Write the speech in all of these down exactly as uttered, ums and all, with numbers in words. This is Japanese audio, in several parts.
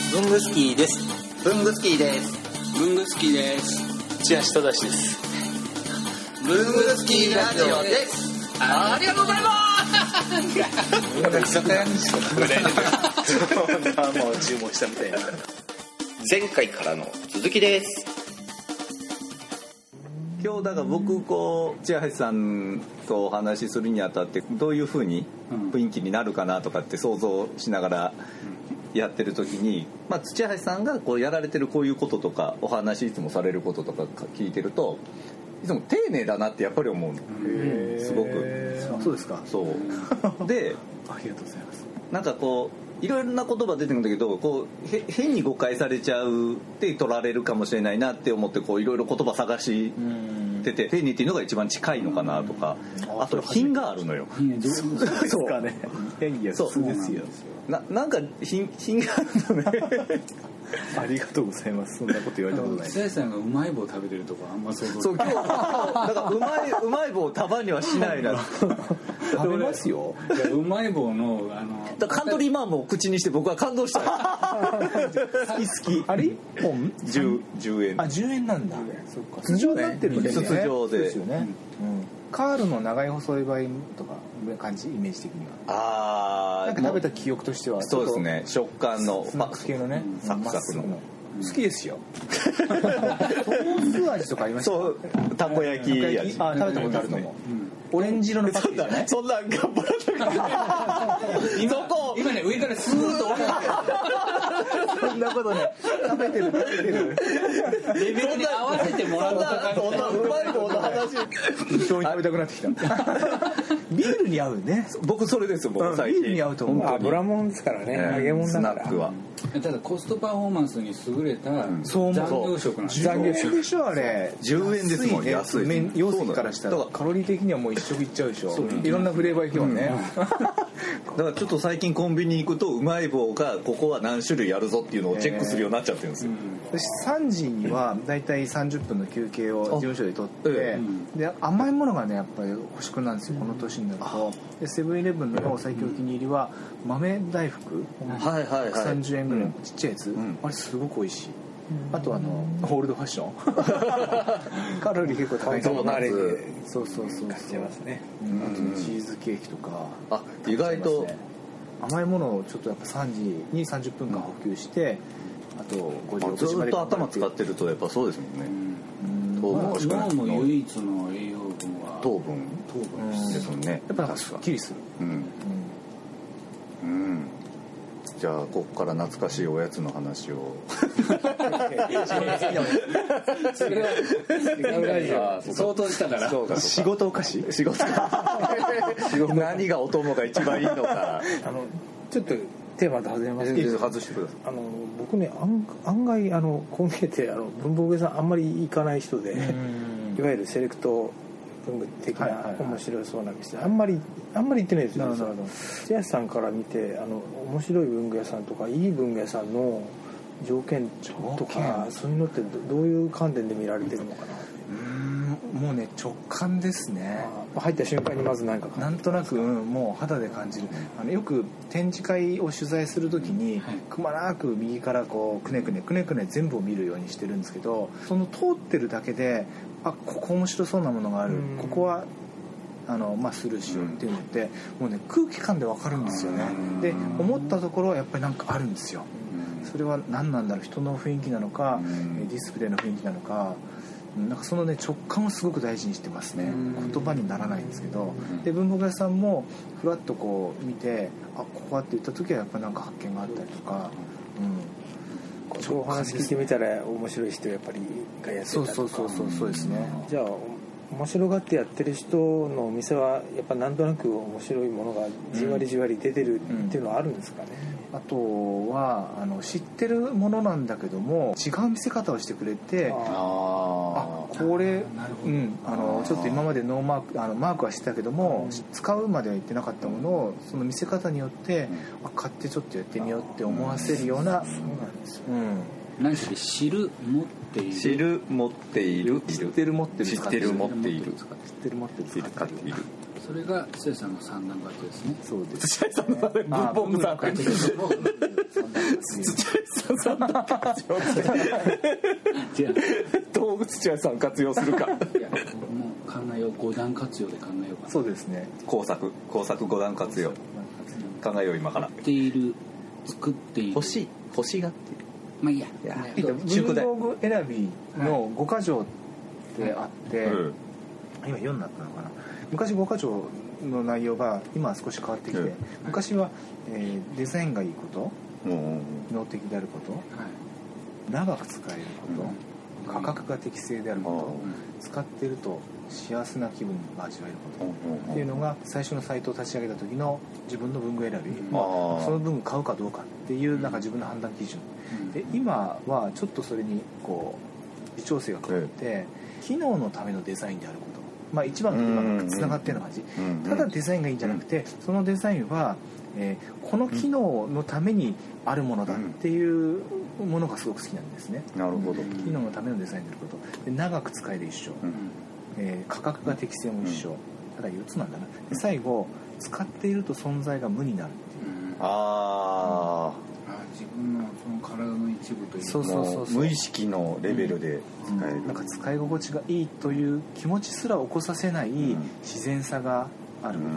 文具スキーです。 文具スキーです。 文具スキーです。 千橋正です。 文具スキーラジオです。 ありがとうございます。 居酒屋にしか食べない。もう注文したみたいな。 前回からの続きです。 今日だから僕こう千橋さんとお話しするにあたってどういう風に雰囲気になるかなとかって想像しながらやってる時に、まあ、土橋さんがこうやられてるこういうこととかお話いつもされることとか聞いてるといつも丁寧だなってやっぱり思うの。すごく。 そうですか。 そうでありがとうございます。 なんかこういろいろな言葉出てくるんだけどこうへ変に誤解されちゃうって取られるかもしれないなって思ってこういろいろ言葉探してて丁寧っていうのが一番近いのかなとかあと品があるのよ。 そうですかね。いやいやそうですよ。 な, なんか 品, 品があるのね。 ありがとうございます。そんなこと言われたことない。 久石さんがうまい棒食べてるとこあんま想像。 そう今日だからうまいうまい棒を束にはしないな。 食べますよ。 いやうまい棒のあのだカントリーマームを口にして僕は感動した。好き好き。 あれ本じゅうえん。 あじゅうえんなんだ。そっか。筒状になってるんですね。 筒状で。 ですよね。うんカールの長い細い場合とか感じイメージ的にはああなんか食べた記憶としてはそうですね食感のスナック系のねサクサクの好きですよ。ソース味とかありました。 そうたこ焼き味あ食べたことあるのもオレンジ色のパッケージじゃないそんな頑張らなくて今今ね上からスーッと降りてそんなことね食べてる食べてるレベルに合わせてもらった感じ。 そんなうまい棒の話一緒に食べたくなってきた。ビールに合うね。 僕それですよ僕最近ビールに合うと思う。 油もんですからね、揚げ物だからスナックはただコストパフォーマンスに優れたそう残業食なんですよ。 残業食でしょあれ。 じゅうえんですもん安いね容積からしたらカロリー的にはもう一食いっちゃうでしょ。いろんなフレーバーいけばね。 だからちょっと最近コンビニ行くとうまい棒がここは何種類あるぞっていうのをチェックするようになっちゃってるんですよ。 私さんじにはだいたいさんじゅっぷんの休憩を事務所で取って、ええ、で甘いものがねやっぱり欲しくなるんですよこの年になると。でセブンイレブンの最強お気に入りは豆大福、 はいはいはい、 さんじゅうえんぐらいのちっちゃいやつ、うん、あれすごく美味しい。あとあのオールドファッションカロリー結構高いのあれでそうそうそう買っちゃいますね。 あとチーズケーキとかあ意外と甘いものをちょっとやっぱさんじにさんじゅっぷんかん補給してあとごじろくじまでずっと頭使ってるとやっぱそうですもんね。糖分欲しくなる。 脳の唯一の栄養分は糖分糖分ですもんね。 やっぱなんかすっきりする。 うんうん、うんじゃあここから懐かしいおやつの話をそれは違うラジオ相当したからそうか仕事おかしい仕事何がお供が一番いいのかあのちょっとテーマと外れますけど外してください。 あの僕ね案, 案外あのこう見えてあの文房具屋さんあんまり行かない人でいわゆるセレクト文具的な面白そうな店、はいはいはい、あんまりあんまり行ってないですよ。千橋さんから見てあの面白い文具屋さんとかいい文具屋さんの条件とかそういうのってどういう観点で見られてるのかな。 うーんもうね直感ですね。 入った瞬間にまず何かなんとなく、うん、もう肌で感じる。あのよく展示会を取材するときに、はい、くまなく右からこうくねくねくねくね全部を見るようにしてるんですけどその通ってるだけであここ面白そうなものがあるここはあのまあ、スルーしようっていうのってもうね空気感で分かるんですよね。で思ったところはやっぱりなんかあるんですよ。それは何なんだろう人の雰囲気なのかディスプレイの雰囲気なのかなんかそのね直感をすごく大事にしてますね。言葉にならないんですけどで文房具屋さんもふらっとこう見てあここはって言った時はやっぱなんか発見があったりとか、 うん、そうお話聞いてみたら面白い人やっぱりがやってたとかそうそうそうそうそうですね。 じゃあ面白がってやってる人のお店はやっぱなんとなく面白いものがじわりじわり出てるっていうのはあるんですかね。 うん、あとはあの知ってるものなんだけども違う見せ方をしてくれてああこれ、うん、あのちょっと今までノーマークあのマークはしてたけども、うん、使うまでは言ってなかったものをその見せ方によって、うん、あ買ってちょっとやってみようって思わせるような、うん、そうなんですよ、うん何しろ知る持っている知る持っている知ってる持ってる知ってる持っている知ってる持ってる知ってる買っているそれが土屋さんの三段活用ですね。 そうです。 土屋さんの文房具さん土屋さん三段活用って道具土屋さん活用するか。いやもう考えよう五段活用で考えようか。 そうですね。 工作工作五段活用考えよう今から。 作っている作っている欲しい欲しがっている。 まあいいや。 いや文房具選びのごか条ってあって、 うん、 今よんになったのかな。昔ごか条の内容が今は少し変わってきて、うん、昔は、えー、デザインがいいこと、うん、能的であること、はい、長く使えること、うん、価格が適正であること、うん、使っていると幸せな気分が味わえること、うん、っていうのが最初のサイトを立ち上げた時の自分の文具選び、うん、まあ、その文具買うかどうかっていうなんか自分の判断基準、うん、で今はちょっとそれにこう微調整が加わって、うん、機能のためのデザインであること、まあ、一番と今がつながってるような感じ、うんうん、ただデザインがいいんじゃなくて、そのデザインは、えー、この機能のためにあるものだっていうものがすごく好きなんですね。 なるほど。 機能のためのデザインであることで、長く使える一緒、うん、えー、価格が適正も一緒、うん、ただよっつなんだな。で最後使っていると存在が無になるっていう、うん、 あー、 自分のその体の一部というか、 そうそうそうそう、 無意識のレベルで使える、 うん、なんか使い心地がいいという気持ちすら起こさせない自然さがある、うん、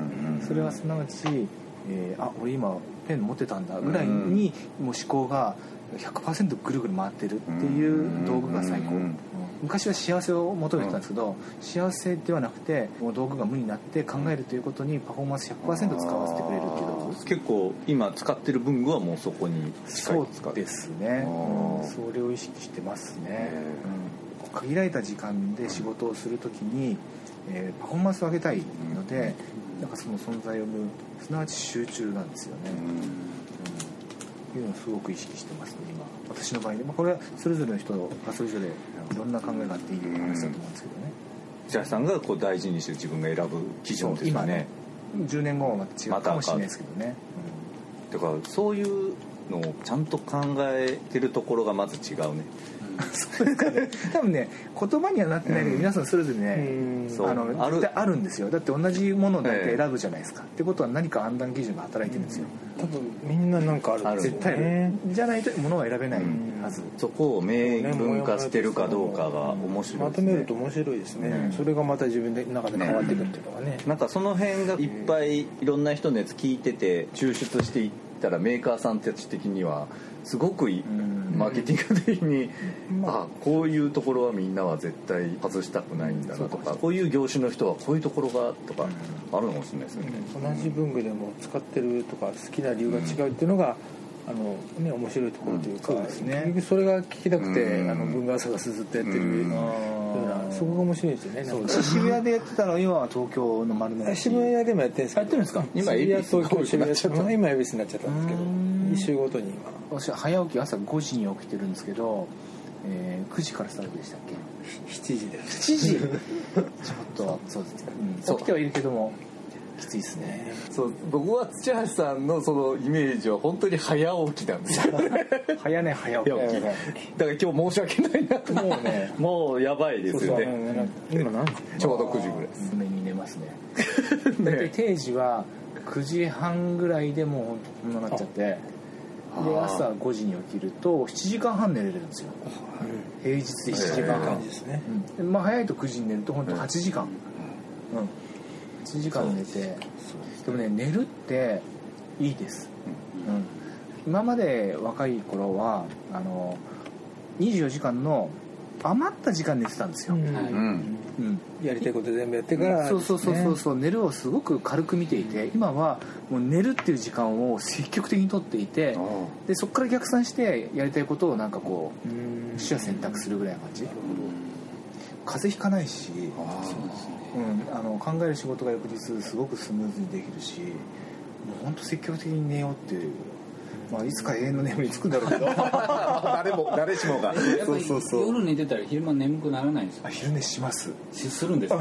それはすなわち、えー、あ俺今ペン持ってたんだぐらいにもう思考が ひゃくパーセント ぐるぐる回ってるっていう道具が最高、うん、昔は幸せを求めてたんですけど、幸せではなくてもう道具が無になって考えるということにパフォーマンス ひゃくパーセント 使わせてくれるっていう道具。 結構今使ってる文具はもうそこに近い。 そうですね、うん、それを意識してますね、うん、限られた時間で仕事をするときに、えー、パフォーマンスを上げたいので、うん、なんかその存在を生む、すなわち集中なんですよね、うんうん、いうのをすごく意識してますね今私の場合で、まあ、これはそれぞれの人がそれぞれいろんな考えがあっていい話だと思うんですけどね。 土屋さんがこう大事にして自分が選ぶ基準ですよね。 今ねじゅうねんごはまた違うかもしれないですけどね、 うん、だからそういうのをちゃんと考えてるところがまず違うね。 そうですかね。多分ね言葉にはなってないけど、うん、皆さんそれぞれね、うん、あのあるあるんですよ。だって同じものだって選ぶじゃないですか、えー、ってことは何か判断基準が働いてるんですよ、 うん、多分みんななんかあるんですよ、ね、 絶対あるじゃないと物は選べないはず、うん、 そこを明文化してるかどうかが面白いですね。 まとめると面白いですね、うん、それがまた自分の中で変わっていくっていうのがね、 なんかその辺がいっぱいいろんな人のやつ聞いてて抽出していったらメーカーさんたち的にはすごくいい、うん、マーケティング的に、うん、あこういうところはみんなは絶対外したくないんだなとか、こういう業種の人はこういうところがとかあるのかもしれないですよね、 うん、同じ文具でも使ってるとか好きな理由が違うっていうのが、うん、あのね、面白いところというか、うん、そうですね、結局それが聞きたくて、うん、あの文具朝がずっとやってる、うん、そこが面白いですよね。 そう渋谷でやってたら今は東京の丸の内、 渋谷でもやってるんですか。 やってるんですか。 今渋谷東京渋谷ちょっと今恵比寿になっちゃったんですけど、一週ごとに今私は早起き朝ごじに起きてるんですけど、えー、くじからスタートでしたっけ。 しちじです。 しちじちょっとそうですね、うん、起きてはいるけどもきついですね。 そう僕は土橋さんのそのイメージは本当に早起きなんですよ早寝早起きだから今日申し訳ないなともうねもうやばいですよね。 そうそう今何時ちょうどくじぐらいです。 目に寝ますねだいたい定時はくじはんぐらいでもうこんななっちゃって、で朝ごじに起きるとしちじかんはん寝れるんですよ、うん、平日でしちじかんはんですね、うん、まあ早いとくじに寝ると本当はちじかん、うん、はちじかん寝て、でもね寝るっていいです、うんうん、今まで若い頃はあのにじゅうよじかんの余った時間寝てたんですよ、うんうんうん、やりたいこと全部やってから、ね、 そうそうそうそうそう、寝るをすごく軽く見ていて、今はもう寝るっていう時間を積極的にとっていて、でそこから逆算してやりたいことをなんかこう取捨選択するぐらいの感じ。風邪ひかないし、あそうですね、うん、あの考える仕事が翌日すごくスムーズにできるし、もう本当積極的に寝ようっていう、まあ、いつか永遠の眠りにつくんだろうけど誰も誰しもがそうそうそう、夜寝てたら昼間眠くならないんですよ。 あ昼寝しますするんですか。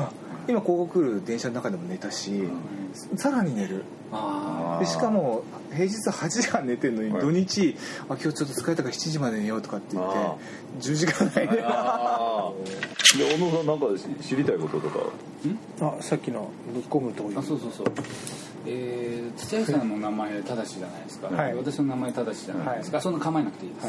今ここ来る電車の中でも寝たし、うん、さらに寝る。 あでしかも平日はちじかん寝てるのに土日、あ今日ちょっと疲れたからしちじまで寝ようとかって言ってじゅうじかんないで。で小野さんなんか知りたいこととか。 あさっきのぶっ込むという。 あそうそうそう。えー、土屋さんの名前正しじゃないですか、はい、私の名前正しじゃないですか、はい、そんな構えなくていいです、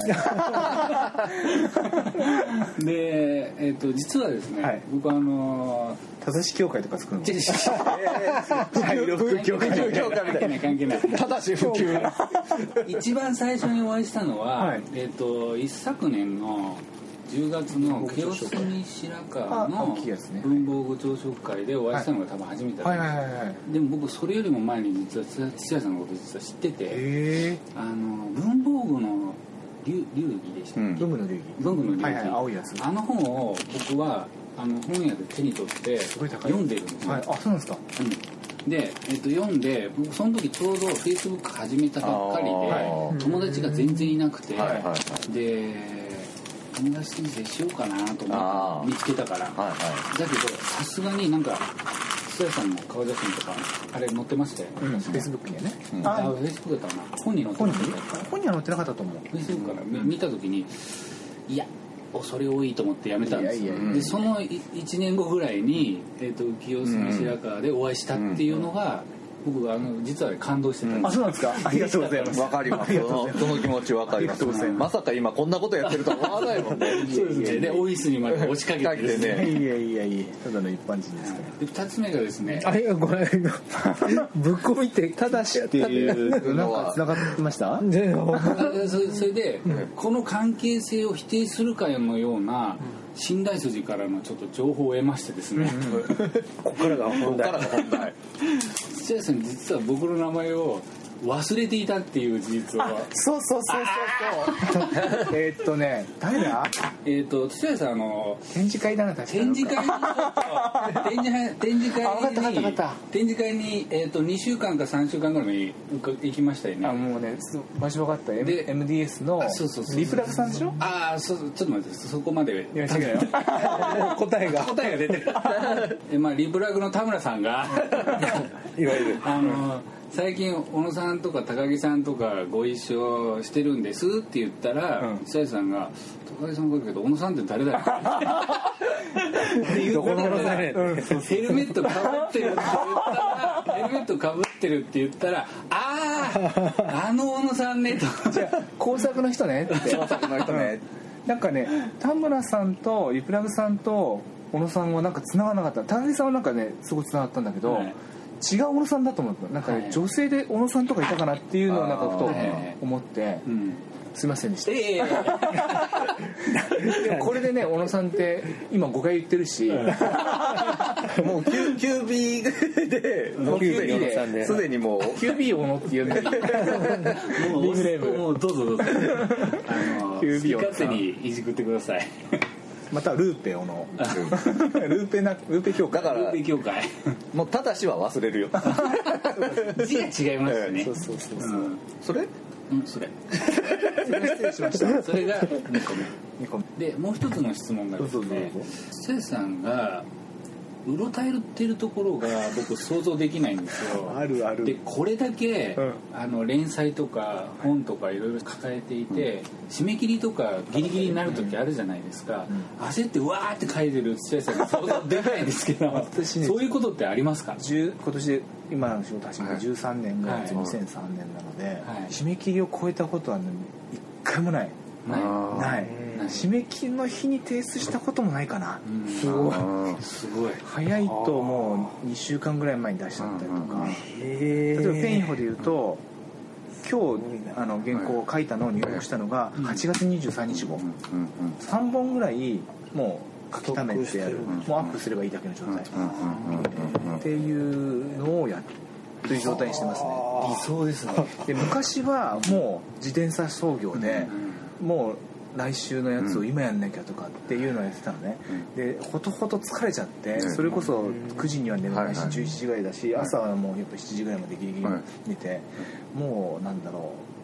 はい、で、えー、と実はですね、はい、僕あのー、正し協会とか作るの茶色普協会みたいな関係ない正し普及一番最初にお会いしたのは、はい、えー、と一昨年のじゅうがつの清澄白河の文房具朝食会でお会いしたのが多分初めてだったんです。でも僕それよりも前に実は土屋さんのこと実は知ってて、あの文房具の流儀でした、うん、 文具の流儀文具の流儀、 はいはい、青いやつ。 あの本を僕はあの本屋で手に取って読んでるんですよ、はい、 あそうなんですか、 うん、で、えっと、読んで僕その時ちょうど Facebook 始めたばっかりで友達が全然いなくて、はいはい、で友達に接しようかなと思って見つけたから、はいはい、だけどさすがになんか土屋さんの顔写真とかあれ載ってましたよ、 うん、Facebook にはね、 うん、ああ Facebook だったな本に載ってなかった本には載ってなかったと思う Facebook から見た時にいや恐れ多いと思ってやめたんですよ。いやいやいやでそのいちねんごぐらいに、えー、と清澄白河でお会いしたっていうのが、僕があの実は感動してたんです、うん、 あそうなんですか。ありがとうございます。 わかりますそのその気持ちわかります。まさか今こんなことやってるとは思わないもんね。 そうですね。でオフィスにまで押しかけてですね。 いやいやいやただの一般人ですから。 でふたつめがですね。 あれごめんぶっ込みってただしっていうのは繋がってました？ それで、うん、この関係性を否定するかのような信頼筋からのちょっと情報を得ましてですね。 ここからが本題。 土屋さん実は僕の名前を忘れていたっていう事実を。 そうそうそうそうそうえっとね誰だえっと土屋さんあの展示会だな確か展示会に展示展示会に展示会に、えー、とにしゅうかんかさんしゅうかんぐらいに行きましたよね。 あもうね場所分かった。で エムディーエス のリプラクさんでしょ。 ああそうちょっと待ってそこまでいや違うよ答えが答えが出てるえ、まあ、リプラクの田村さんがいわゆるあの最近小野さんとか高木さんとかご一緒してるんですって言ったら久石、うん、さんが高木さんが言うけど小野さんって誰だよって言ったらヘルメットかぶってるって言ったらヘルメットかぶってるって言ったらあああの小野さんねとじゃあ工作の人ねって工作の人ねなんかね田村さんとリプラグさんと小野さんはなんか繋がらなかった。高木さんはなんかねすごい繋がったんだけど、はい、違う小野さんだと思ったなんか、ねはい、女性で小野さんとかいたかなっていうのをなんかふと思って、はいうん、すいませんでした、えー、でもこれでね小野さんって今ごかい言ってるしもうキュービー でもう キュービー ですでにもうキュービー 小野って呼んでるもうリングネームもうどうぞどうぞあの好き勝手にいじくってくださいまたルーペオのルーペなルーペ協会だからルーペ協会もうただしは忘れるよ字が違いますよね。 そうそうそうそう、うん、 それうんそれ失礼しましたそれがにこめにこめでもう一つの質問がですねせいさんがうろたえてるところが僕想像できないんですよあるあるでこれだけ、うん、あの連載とか本とかいろいろ抱えていて、うん、締め切りとかギリギリになる時あるじゃないですか、うん、焦ってわーって書いてる土屋さんが想像できないんですけど私、ね、そういうことってありますか。 今年で今の仕事始めてじゅうさんねんぐらい、はい、にせんさんねんなので、はい、締め切りを超えたことは、ね、一回もないないない締め切りの日に提出したこともないかな。 すごいすごい早いともうにしゅうかんぐらい前に出しちゃったりとか例えばペンイホで言うと今日あの原稿を書いたのを入力したのがはちがつにじゅうさんにちごさんぼんぐらいもう書き溜めてやるもうアップすればいいだけの状態っていうのをやってという状態にしてますね。 理想ですね。 で昔はもう自転車操業で、うん、もう来週のやつを今やんなきゃとかっていうのをやってたのね、うん、でほとほと疲れちゃって、うん、それこそくじには寝れないし、うん、じゅういちじぐらいだし、うん、朝はもうやっぱしちじぐらいまでギリギリ寝て、うん、もうなんだろう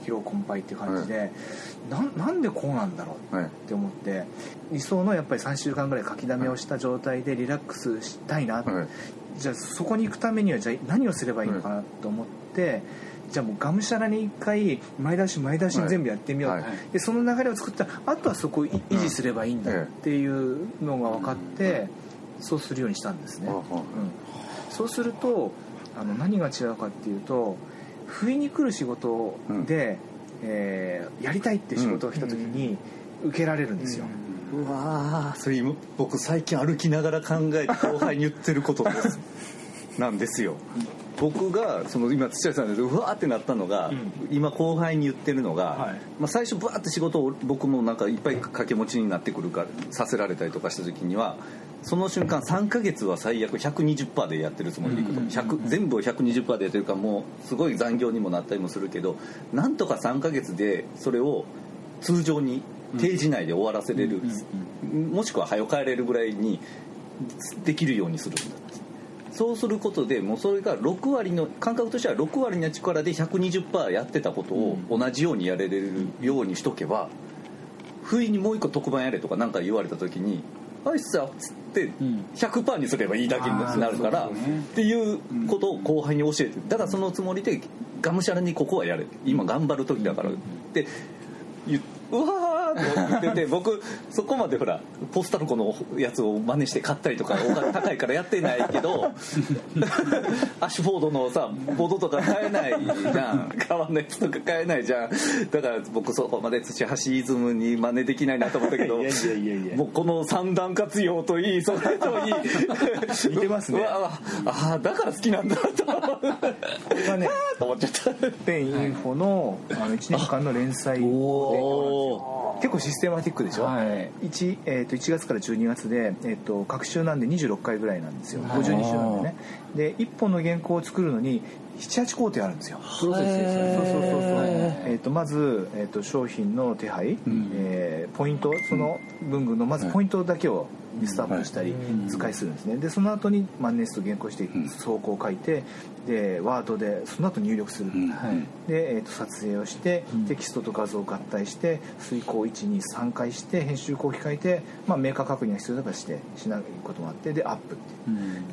疲労困憊っていう感じで、はい、な, なんでこうなんだろうって思って、はい、理想のやっぱりさんしゅうかんぐらい書きだめをした状態でリラックスしたいな、はい、じゃあそこに行くためにはじゃあ何をすればいいのかなと思って、はい、じゃあもうがむしゃらに一回前倒し前倒し全部やってみよう、はい、でその流れを作ったらあとはそこを維持すればいいんだっていうのが分かって、はい、そうするようにしたんですね、うん、そうするとあの何が違うかっていうと不意に来る仕事で、うんえー、やりたいって仕事が来た時に受けられるんですよ、 うんうん、うわーそれ今僕最近歩きながら考えて後輩に言ってることですなんですよ。僕がその今土屋さんでうわーってなったのが、うん、今後輩に言ってるのが、はいまあ、最初ブワーって仕事を僕もなんかいっぱい掛け持ちになってくるからさせられたりとかした時にはその瞬間さんかげつは最悪 ひゃくにじゅっパーセント でやってるつもりでいくとひゃく全部を ひゃくにじゅっパーセント でやってるからもうすごい残業にもなったりもするけどなんとかさんかげつでそれを通常に定時内で終わらせれる、うん、もしくは早く帰れるぐらいにできるようにするんだ。そうすることでもうそれがろくわりの感覚としてはろくわりの力で ひゃくにじゅっパーセント やってたことを同じようにやれるようにしとけば不意にもう一個特番やれとか何か言われた時にあいつさっつってひゃくパーセントにすればいいだけになるからっていうことを後輩に教えてだからそのつもりでがむしゃらにここはやれ今頑張る時だからって言ってうわーって言ってて僕そこまでほらポスタルコのやつを真似して買ったりとかお金高いからやってないけどアシュフォードのさボードとか買えないじゃん革のやつとか買えないじゃんだから僕そこまで土橋イズムに真似できないなと思ったけどいやいやいやいやもうこの三段活用といいそれといい似てますねうわあだから好きなんだとこれがねと思っちゃったペンインフォ の, あのいちねんかんの連載で結構システマティックでしょ、はい 1, えー、といちがつからじゅうにがつで、えー、と各週なんでにじゅうろっかいぐらいなんですよごじゅうにしゅなんでねでいっぽんの原稿を作るのにななはちこうてんあるんですよプロセスですそうそうそうそう、えー、とまず、えー、と商品の手配、うんえー、ポイントその文具のまずポイントだけをリストアップしたり図解するんですねでその後に万年筆と原稿して草稿を書いてでワードでその後入力する、うんはい、で、えー、と撮影をして、うん、テキストと画像を合体して遂行いちにさんかいして編集後期書いて、まあ、メーカー確認が必要だからしてしないこともあってでアップって、うん、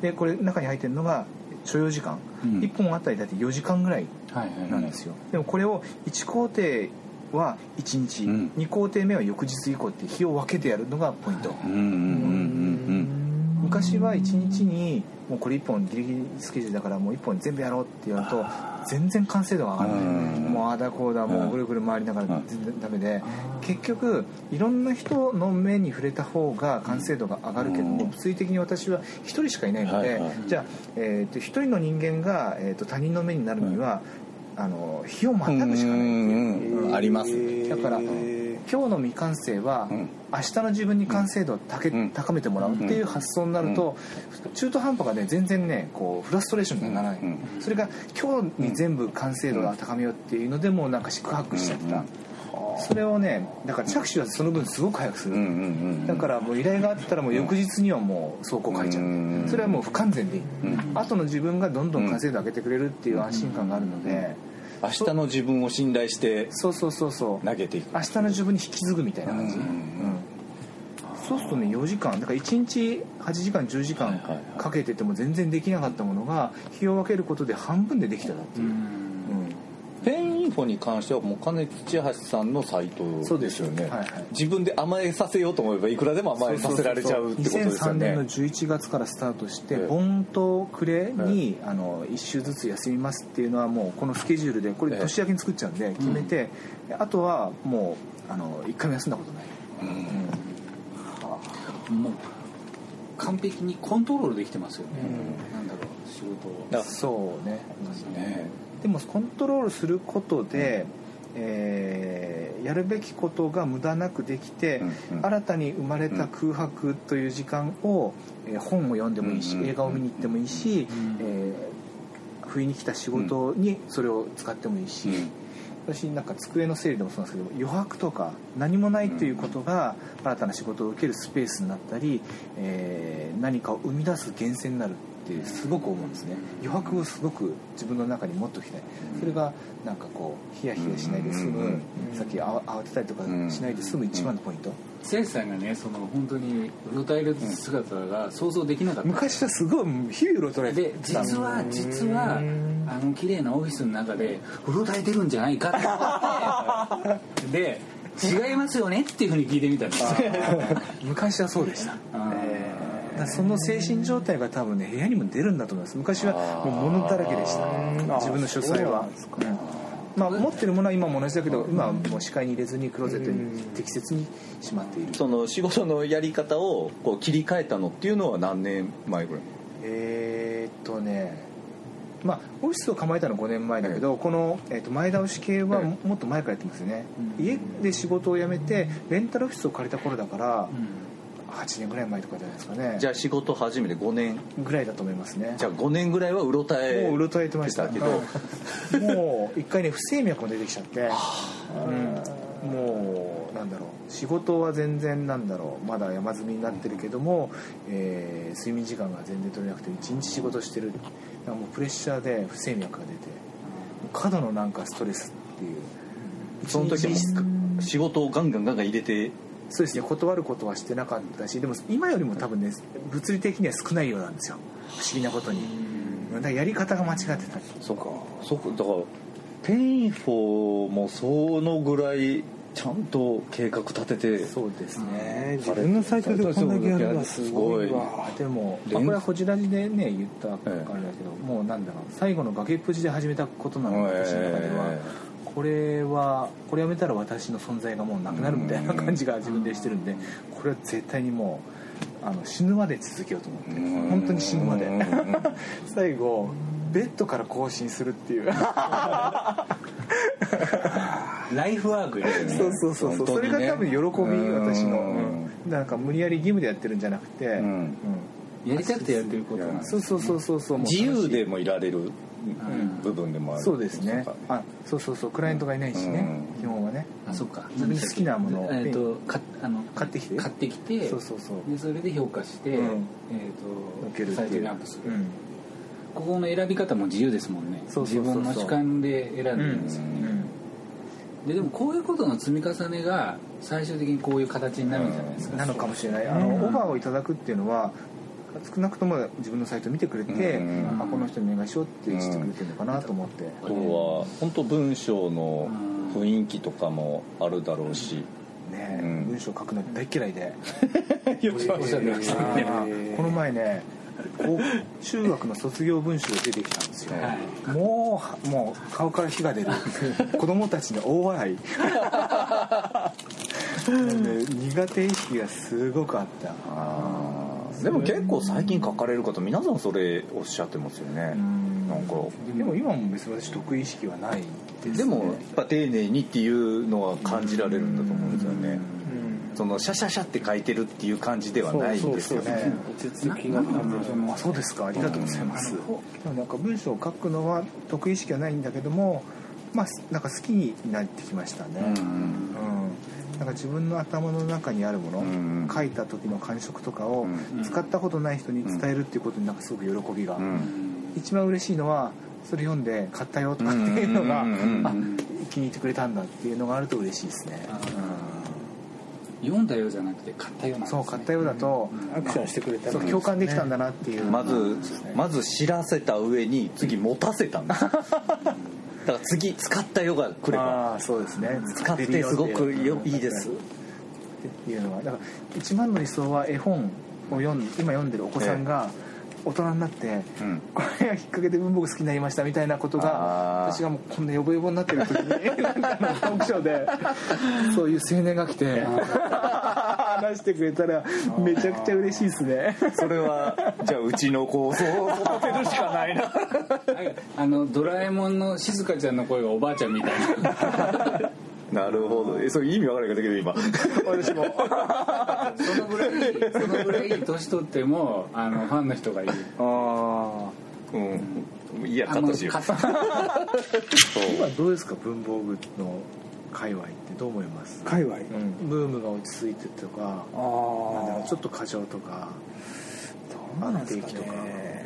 でこれ中に入ってるのが所要時間、うん、いっぽんあたりだってよじかんぐらいなんですよ、はいはいはい、でもこれをいちこうていはいちにち、うん、にこうていめは翌日以降って日を分けてやるのがポイント、うんうんうんうん、昔はいちにちにもうこれいっぽんギリギリスケジュールだからもういっぽん全部やろうって言うと全然完成度が上がらない、もうあだこうだもうぐるぐる回りながら全然ダメで結局いろんな人の目に触れた方が完成度が上がるけども物理的に私はひとりしかいないのでじゃあ、えー、とひとりの人間が、えー、と他人の目になるにはあの日をまたぐしかないっていう、 うん、ありますねだから今日の未完成は、うん、明日の自分に完成度を高めてもらうっていう発想になると、うん、中途半端がね全然ねこうフラストレーションにならない、うん、それが今日に全部完成度を高めようっていうのでもうなんか四苦八苦しちゃった、うんそれをねだから着手はその分すごく早くする、うんうんうん、だからもう依頼があったらもう翌日にはもう走行書いちゃう、うん、それはもう不完全でいい、うん、後の自分がどんどん完成度上げてくれるっていう安心感があるので、 うん、明日の自分を信頼してそうそうそうそう投げていく明日の自分に引き継ぐみたいな感じ、うんうんうん、そうするとねよじかんだからいちにちはちじかんじゅうじかんかけてても全然できなかったものが日を分けることで半分でできたっていう、うんペンインフォに関してはもう金土橋さんのサイトですよね、はいはい、自分で甘えさせようと思えばいくらでも甘えさせられちゃうってことですよね。 にせんさんねんのじゅういちがつからスタートして盆と暮れに、あのいっ週ずつ休みますっていうのはもうこのスケジュールでこれ年明けに作っちゃうんで決めて、うん、あとはもうあのいっかいも休んだことない、うんうんはあ、もう完璧にコントロールできてますよね、うん、なんだろう仕事をそうねですね。 でもコントロールすることで、うんえー、やるべきことが無駄なくできて、うんうん、新たに生まれた空白という時間を、えー、本を読んでもいいし、うんうん、映画を見に行ってもいいし、うんえー、不意に来た仕事にそれを使ってもいいし、うん、私なんか机の整理でもそうなんですけど余白とか何もないということが新たな仕事を受けるスペースになったり、えー、何かを生み出す源泉になるっってすごく思うんですね。余白をすごく自分の中に持っておきたい。それがなんかこうヒヤヒヤしないで済む、さっきあ慌てたりとかしないで済む一番のポイント。 せいさんがね、その本当にうろたえる姿が想像できなかった。 昔はすごい日々うろたえてで、実は実はあの綺麗なオフィスの中でうろたえてるんじゃないかって思ってで違いますよねっていうふうに聞いてみたんです昔はそうでした。その精神状態が多分ね部屋にも出るんだと思います。昔はもう物だらけでした。自分の書斎は、まあ、持ってるものは今も同じだけど、今はもう視界に入れずにクローゼットに適切にしまっている。 その仕事のやり方をこう切り替えたのっていうのは何年前ぐらい？ えー、っとねまあオフィスを構えたのはごねんまえだけど、この、えー、と前倒し系はもっと前からやってますよね。家で仕事を辞めてレンタルオフィスを借りた頃だから、はちねんぐらい前とかじゃないですかね。 じゃあ仕事始めてごねんぐらいだと思いますね。 じゃあごねんぐらいはうろたえもううろたえてましたけどもう一回ね不整脈も出てきちゃって、うん、もうなんだろう、仕事は全然なんだろうまだ山積みになってるけども、えー、睡眠時間が全然取れなくて一日仕事してる。もうプレッシャーで不整脈が出て過度のなんかストレスっていう。 その時も仕事をガンガンガンガン入れて。 そうですね、断ることはしてなかったし、でも今よりも多分ね物理的には少ないようなんですよ、不思議なことに。だからやり方が間違ってたり。 そうか、そうか。だからペインフォもそのぐらいちゃんと計画立てて。 そうですね、 自分のサイトでこんだけやるのはすごいわ。 でも、まあ、これはこちらでね言ったからだけど、ええ、もうなんだろう、最後の崖っぷちで始めたことなので、私の中では、えーこれはこれやめたら私の存在がもうなくなるみたいな感じが自分でしてるんで、これは絶対にもうあの死ぬまで続けようと思って、本当に死ぬまで最後ベッドから更新するっていうライフワークやね。 そうそうそうそう、それが多分喜び、私の、うん、なんか無理やり義務でやってるんじゃなくて、うんうん、 やりたくてやってることなんです、ね、 そうそうそうそう、 自由でもいられる部分でもある。 そうですね。あ、そうそうそう、クライアントがいないしね、うん、基本はね。 あ、そっか。 自分に好きなものを、 えっと、かあの買ってきて、 買ってきて、 そうそうそう。 でそれで評価して、うん、えっとサイトにアップする。うん、ここの選び方も自由ですもんね。そうそうそうそう、自分の主観で選んでるんですよね。うんうん、ででもこういうことの積み重ねが最終的にこういう形になるんじゃないですか。 なのかもしれない。あの、うん、オファーをいただくっていうのは。少なくとも自分のサイトを見てくれて、うん、あ、この人にお願いしようってしてくれてるのかなと思って、 あとは本当文章の雰囲気とかもあるだろうし、 ね、うん、文章書くの大嫌いでよくおっしゃってましたね。この前ね、中学の卒業文集が出てきたんですよ、はい、もうもう顔から火が出る子供たちの大笑い苦手意識がすごくあった。 あ、でも結構最近書かれる方皆さんそれおっしゃってますよね。なんかでも今も別に私得意意識はないですね。 でもやっぱ丁寧にっていうのは感じられるんだと思うんですよね。そのシャシャシャって書いてるっていう感じではないんですよね。 落ち着きが感じる。まあそうですか、ありがとうございます。なんか文章を書くのは得意意識はないんだけども、まあなんか好きになってきましたね。うん、うん、なんか自分の頭の中にあるもの、うん、書いた時の感触とかを使ったことない人に伝えるっていうことになんかすごく喜びが、うん、一番嬉しいのはそれ読んで買ったよとかっていうのが、うん、あ、気に入ってくれたんだっていうのがあると嬉しいですね。 うん、読んだようじゃなくて買ったようなんですね。 そう、買ったようだと、うん、アクションしてくれた、そう、共感できたんだなっていう、 まずまず知らせた上に次持たせたんですだから次使ったよが来れば、 あ、そうですね、 使ってすごくよいいですっていうのは、だから一番の理想は絵本を読ん今読んでるお子さんが大人になって、うん、これがきっかけで文房具好きになりましたみたいなことが、私がもうこんなヨボヨボになってる時になんかのトークショーでそういう青年が来て話してくれたらめちゃくちゃ嬉しいですね。 それはじゃあうちの子を育てるしかないなあのドラえもんの静香ちゃんの声がおばあちゃんみたいななるほど。え、それ意味わからないけど今私もそのぐらいそのぐらい年取ってもあのファンの人がいる。 ああ、うん、いやカットしよう今どうですか、文房具の界隈ってどう思います？ 界隈、 うん、ブームが落ち着いてとか、あ、なんだろう、ちょっと過剰とか、 どうなんですかね。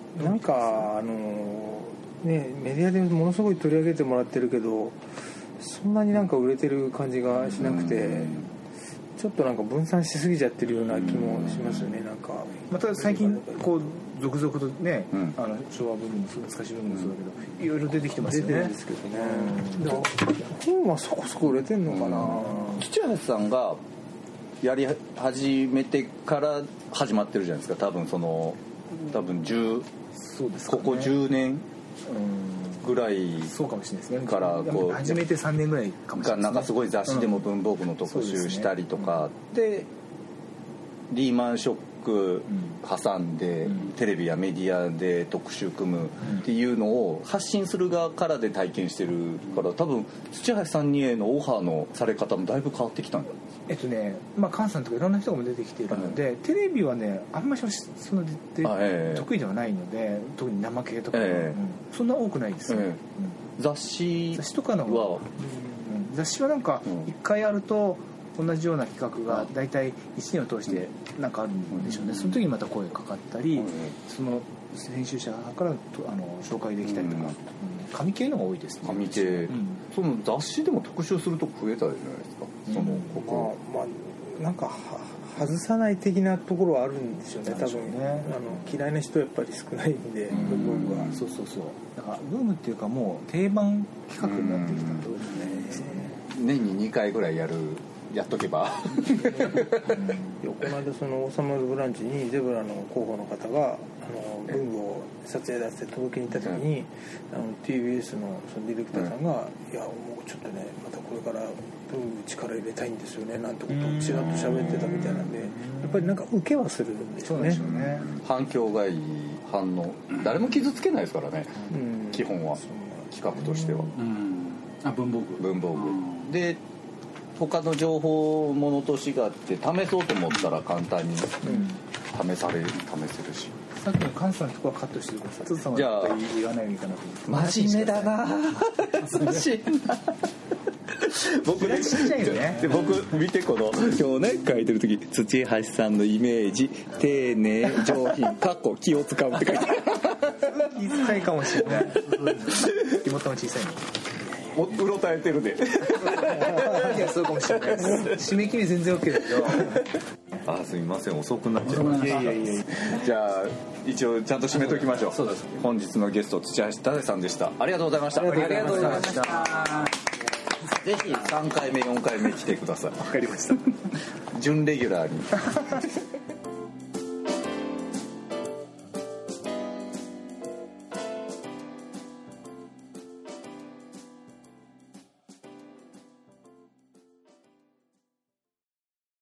なんかあのねメディアでものすごい取り上げてもらってるけどそんなになんか売れてる感じがしなくてちょっとなんか分散しすぎちゃってるような気もしますよね。なんかまた最近こう続々とね、うん、あの昭和ブームもそう懐かしいブームもそうだけど、いろいろ出てきてますよね。 出てるんですけどね、うん、本はそこそこ売れてんのかな、 うん、土橋さんがやり始めてから始まってるじゃないですか。多分その多分じゅうそうですか、ね、ここじゅうねんぐらいそうかもしれないですね。 からこう始めてさんねんぐらいかもしれないですね。 なんかすごい雑誌でも文房具の特集したりとかで、リーマンショック挟んで、うん、テレビやメディアで特集組むっていうのを発信する側からで体験してるから多分土橋さんにへのオファーのされ方もだいぶ変わってきたんだ。 えっとねまあ菅さんとかいろんな人も出てきているので、うん、テレビはねあんまりそんなで、えー、得意ではないので特に生系とか、えーうん、そんな多くないですよ、えーうん、 雑誌雑誌とかのは、うん、雑誌はなんかいっかいあると同じような企画が大体いちねんを通してなんかあるんでしょうね。その時にまた声かかったり、その編集者からあの紹介できたりとか、うん、紙系のが多いですね。 紙系、うん、その雑誌でも特集するとこ増えたじゃないですか、うん、そのここ、 まあ、まあ、なんか外さない的なところはあるんでしょうね。多分ね、あの嫌いな人はやっぱり少ないんで、うん、僕はそうそうそう、だからブームっていうかもう定番企画になってきたとですね。 年ににかいぐらいやるやっとけばうん、この間その「王様のブランチ」にゼブラの広報の方があの文具を撮影出して届けに行った時に、あの ティービーエス のそのディレクターさんが「いやもうちょっとねまたこれから文具力入れたいんですよね」なんてことをちらっと喋ってたみたいなんで、やっぱりなんか受けはするんでしょうね。 そうですよね。 反響がいい反応、誰も傷つけないですからね、うん、基本は企画としては、 うん、あ文房具文房具、うん、で他の情報ものと違って試そうと思ったら簡単に試される、試せるし。 さっきの菅さんのとこはカットしてください。つさんはやっぱり言わないようにかなと思って。 真面目だな優しいな僕ね、 ちっちゃいよね。 で僕見てこの今日ね書いてる時土橋さんのイメージ丁寧上品かっこ気を使うって書いてある気遣いかもしれない気もとも小さいのうろたえてるでいやそうかもしれないです締め切り全然 OK だけどあすみません遅くなっちゃいました。いやいやいやじゃあ一応ちゃんと締めときましょう。そうです。本日のゲスト土橋忠さんでした。ありがとうございました。 ありがとうございました。 ぜひさんかいめよんかいめ来てください。 わかりました準レギュラーに